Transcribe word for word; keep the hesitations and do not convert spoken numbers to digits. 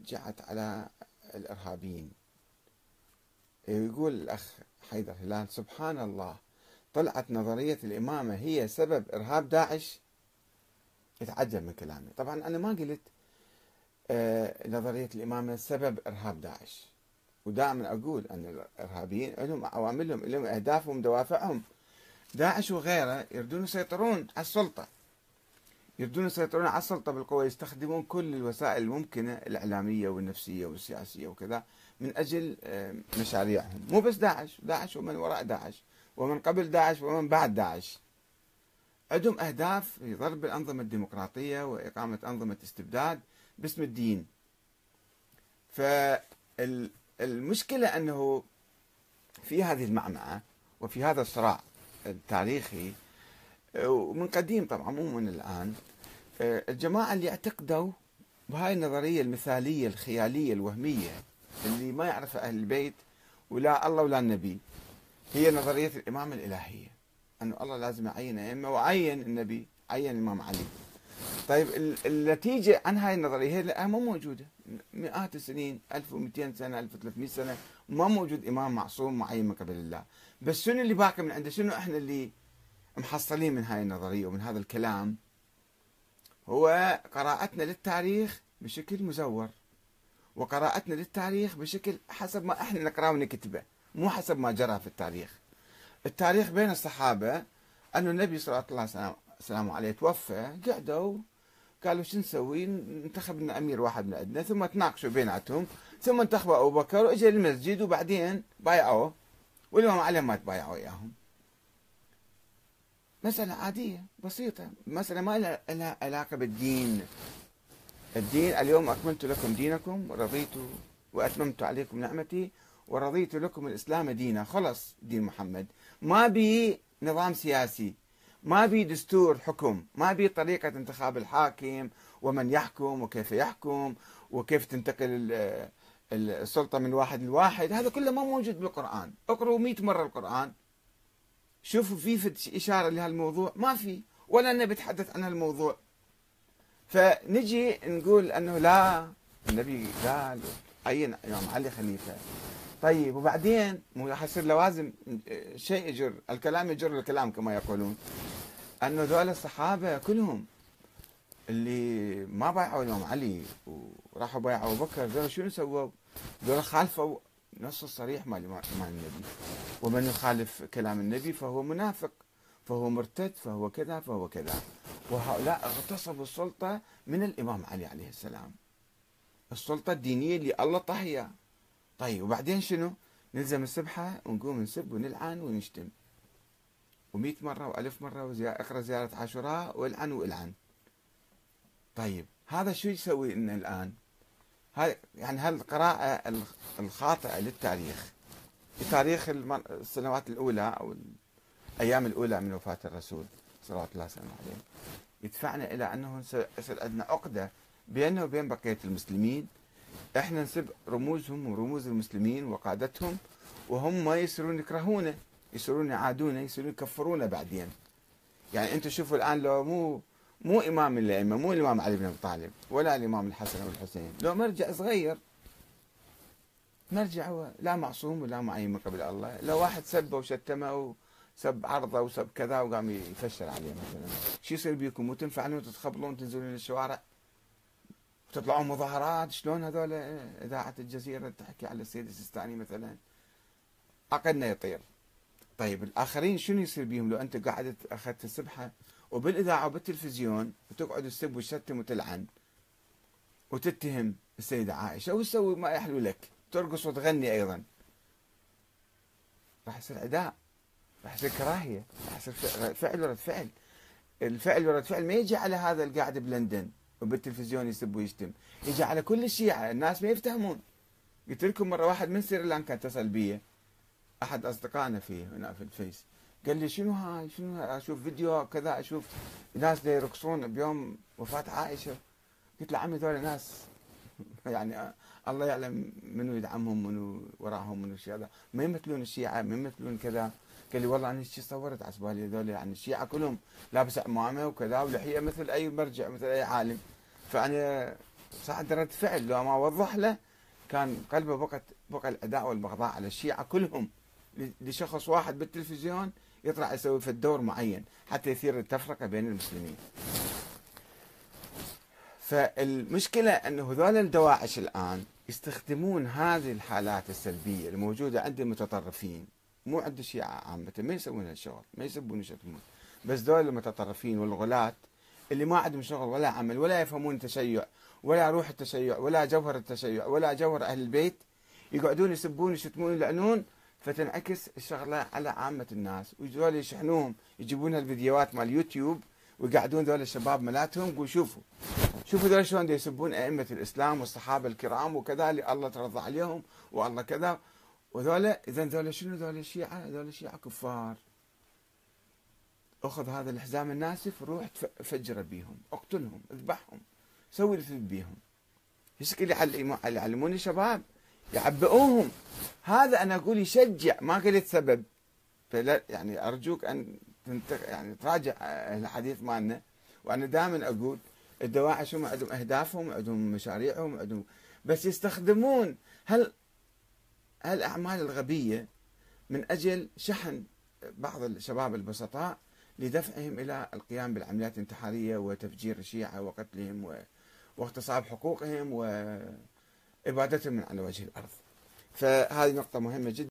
شجعت على الإرهابيين. يقول الأخ حيدر هلال: سبحان الله، طلعت نظرية الإمامة هي سبب إرهاب داعش. يتعجب من كلامي. طبعا أنا ما قلت آه نظرية الإمامة سبب إرهاب داعش، ودائما أقول أن الإرهابيين لهم عواملهم، لهم أهدافهم، دوافعهم. داعش وغيره يريدون يسيطرون على السلطة، يريدون يسيطرون على السلطة بالقوة، يستخدمون كل الوسائل الممكنة الإعلامية والنفسية والسياسية وكذا من أجل مشاريعهم. مو بس داعش، داعش ومن وراء داعش ومن قبل داعش ومن بعد داعش عندهم أهداف في ضرب الأنظمة الديمقراطية وإقامة أنظمة استبداد باسم الدين. فالمشكلة أنه في هذه المعمعة وفي هذا الصراع التاريخي ومن قديم طبعا مو من الآن، الجماعة اللي اعتقدوا بهاي النظرية المثالية الخيالية الوهمية اللي ما يعرفها أهل البيت ولا الله ولا النبي، هي نظرية الإمامة الإلهية، أنه الله لازم يعين أئمة وعين النبي، عين الإمام علي. طيب النتيجة عن هاي النظرية هي مو موجودة. مئات السنين، ألف ومئتين سنة، ألف وثلاثمئة سنة، ما موجود إمام معصوم معين من قبل الله. بس شنو اللي باقي من عنده؟ شنو احنا اللي محصلين من هاي النظرية ومن هذا الكلام؟ هو قراءتنا للتاريخ بشكل مزور، وقراءتنا للتاريخ بشكل حسب ما احنا نقراه ونكتبه، مو حسب ما جرى في التاريخ. التاريخ بين الصحابة أنه النبي صلى الله عليه وسلم عليه توفى، قعدوا قالوا شو نسوي؟ انتخب لنا أمير واحد من عندنا، ثم تناقشوا بيناتهم، ثم انتخبوا أبو بكر وإجا المسجد وبعدين بايعوه، والإمام علي ما تبايعوا وياهم. مسألة عادية بسيطة، مسألة ما لها علاقة بالدين. الدين: اليوم أكملت لكم دينكم ورضيت وأتممت عليكم نعمتي ورضيت لكم الإسلام دينا. خلص دين محمد. ما بي نظام سياسي، ما بي دستور حكم، ما بي طريقة انتخاب الحاكم ومن يحكم وكيف يحكم وكيف تنتقل السلطة من واحد لواحد. هذا كله ما موجود بالقرآن. اقرأوا مئة مرة القرآن، شوفوا في إشارة لهالموضوع، ما في، ولا النبي يتحدث عن هالموضوع. فنجي نقول أنه لا، النبي قال عين إمام علي خليفة. طيب وبعدين مو راح يصير لوازم شيء يجر الكلام، يجر الكلام كما يقولون، أنه ذول الصحابة كلهم اللي ما بايعوا الإمام علي وراحوا بايعوا أبو بكر، ذول شنو سووا؟ ذول خالفوا نص الصريح مال النبي، ومن يخالف كلام النبي فهو منافق، فهو مرتد، فهو كذا فهو كذا. وهؤلاء اغتصبوا السلطة من الإمام علي عليه السلام، السلطة الدينية اللي الله طهيها. طيب وبعدين شنو؟ نلزم السبحة ونقوم نسب ونلعن ونشتم، ومئة مرة وألف مرة وزيارة، اقرأ زيارة عاشوراء والعن والعن. طيب هذا شو يسوي لنا الآن؟ هاي يعني هالقراءة الخاطئة للتاريخ، بتاريخ السنوات الأولى أو الأيام الأولى من وفاة الرسول صلوات الله وسلامه عليه، يدفعنا إلى أنه يصير عندنا عقدة بيننا وبين بقية المسلمين. إحنا نسب رموزهم ورموز المسلمين وقادتهم، وهم ما يصيرون يكرهونه، يصيرون يعادونه، يصيرون يكفرونه بعدين. يعني أنتم شوفوا الآن، لو مو مو إمام من الأئمة، مو الإمام علي بن أبي طالب ولا الإمام الحسن أو الحسين، لو مرجع صغير، مرجع هو لا معصوم ولا معين من قبل الله، لو واحد سبه وشتمه وسب عرضه وسب كذا وقام يفشل عليه مثلا، شو يصير بيكم؟ وتنفعلون وتتخبلون تنزلون الشوارع وتطلعون مظاهرات؟ شلون هذول إذاعة الجزيرة تحكي على السيد السيستاني مثلا؟ عقلنا يطير. طيب الآخرين شنو يصير بيهم لو أنت قاعد أخذت السبحة وبالإذاعة وبالتلفزيون وتقعد تسب وتشتم وتلعن وتتهم السيدة عائشة، وتسوي ما يحلو لك، ترقص وتغني أيضا؟ راح يصير عداء، راح يصير كراهية، راح يصير فعل ورد فعل. الفعل ورد فعل ما يجي على هذا القاعد بلندن وبالتلفزيون يسب ويشتم، يجي على كل الشيعة. الناس ما يفتهمون. قلت لكم مرة واحد من سريلانكا اتصل بي، أحد أصدقائنا فيه هنا في الفيس، قال لي شنو هاي شنو هاي؟ أشوف فيديو كذا، أشوف ناس يرقصون بيوم وفاة عائشة. قلت له عمي ذول ناس يعني الله يعلم منو يدعمهم، منو وراهم، منو شيء هذا، ما يمثلون الشيعة، ما يمثلون كذا. قال لي والله أنا شي صورت على بالي هذول يعني الشيعة كلهم لابس عمامة وكذا ولحية مثل أي مرجع، مثل أي عالم. فأنا صعد رد فعل، لو ما وضح له كان قلبه بقت بقى العداء والبغضاء على الشيعة كلهم لشخص واحد بالتلفزيون يطلع يسوي في الدور معين حتى يثير التفرقة بين المسلمين. فالمشكلة أنه هذول الدواعش الآن يستخدمون هذه الحالات السلبية الموجودة عند المتطرفين، مو عند الشيعة عامة، ما يسوون هالشغل، ما يسبون ويشتمون، بس دول المتطرفين والغلاة اللي ما عندهم شغل ولا عمل ولا يفهمون التشيع ولا روح التشيع ولا جوهر التشيع ولا جوهر أهل البيت، يقعدون يسبون يشتمون يلعنون، فتنعكس الشغلة على عامة الناس، ويجوا يشحنوهم يجيبون الفيديوهات مال يوتيوب ويقعدون ذول الشباب ملاتهم يقول شوفوا شوفوا ذول شلون يسبون أئمة الإسلام والصحابة الكرام وكذا اللي الله ترضى عليهم والله كذا، وذولا إذا ذولا شنو؟ ذولا الشيعة، ذولا الشيعة كفار. أخذ هذا الحزام الناسف وروح فجر بيهم، اقتلهم، اذبحهم، سوي اللي تريد بيهم. يشكل يعلمون الشباب يعبئوهم. هذا أنا أقول يشجع، ما قلت سبب. فلا يعني أرجوك أن يعني تراجع الحديث مالنا. وأنا دائما أقول الدواعش هم عندهم أهدافهم، عندهم مشاريعهم، عندهم، بس يستخدمون هل هالأعمال الغبية من أجل شحن بعض الشباب البسطاء لدفعهم إلى القيام بالعمليات الانتحارية وتفجير الشيعة وقتلهم واغتصاب حقوقهم وإبادتهم من على وجه الأرض. فهذه نقطة مهمة جدا.